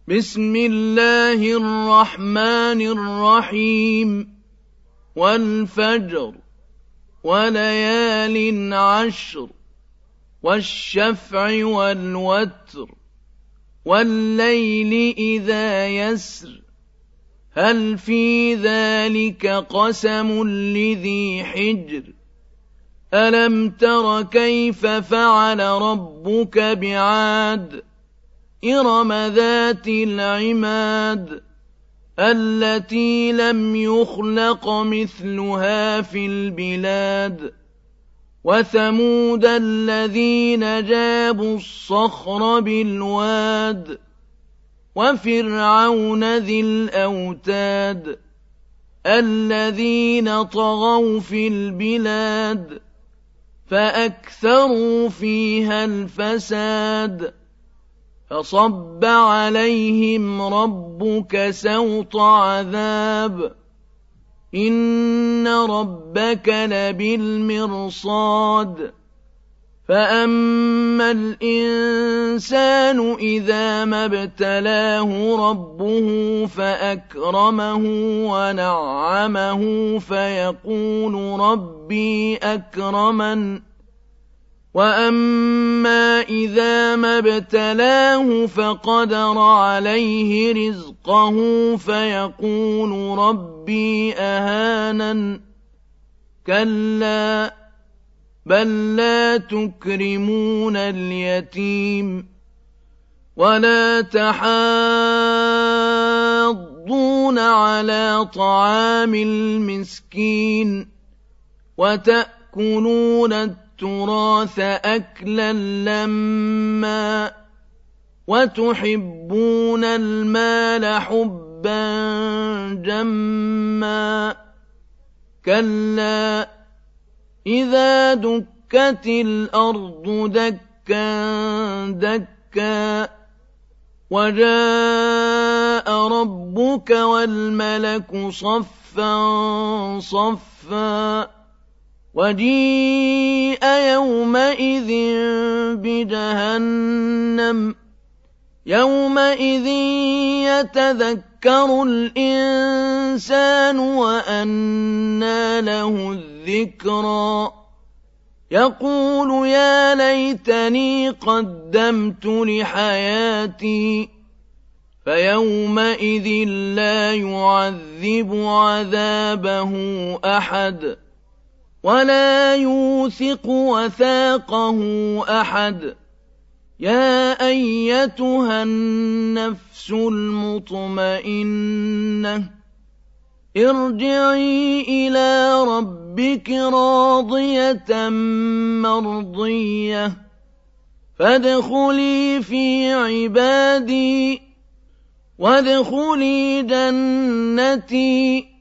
بسم الله الرحمن الرحيم والفجر وليال عشر والشفع والوتر والليل إذا يسر هل في ذلك قسم لذي حجر ألم تر كيف فعل ربك بعاد إرم ذات العماد التي لم يخلق مثلها في البلاد وثمود الذين جابوا الصخر بالواد وفرعون ذي الأوتاد الذين طغوا في البلاد فأكثروا فيها الفساد فصب عليهم ربك سوط عذاب إن ربك لبالمرصاد فأما الإنسان إذا ما ابتلاه ربه فأكرمه ونعمه فيقول ربي أكرمن وأما إذا ما ابتلاه فقدر عليه رزقه فيقول ربي أهانن كلا بل لا تكرمون اليتيم ولا تحاضون على طعام المسكين وتأكلون التراث أكلا لما وتحبون المال حبا جما كلا إذا دكت الأرض دكا دكا وجاء ربك والملك صفا صفا وجيء يومئذ بجهنم يومئذ يتذكر الإنسان وأنى له الذكرى يقول يا ليتني قدمت لحياتي فيومئذ لا يعذب عذابه أحد ولا يوثق وثاقه أحد يا أيتها النفس المطمئنة ارجعي إلى ربك راضية مرضية فادخلي في عبادي وادخلي جنتي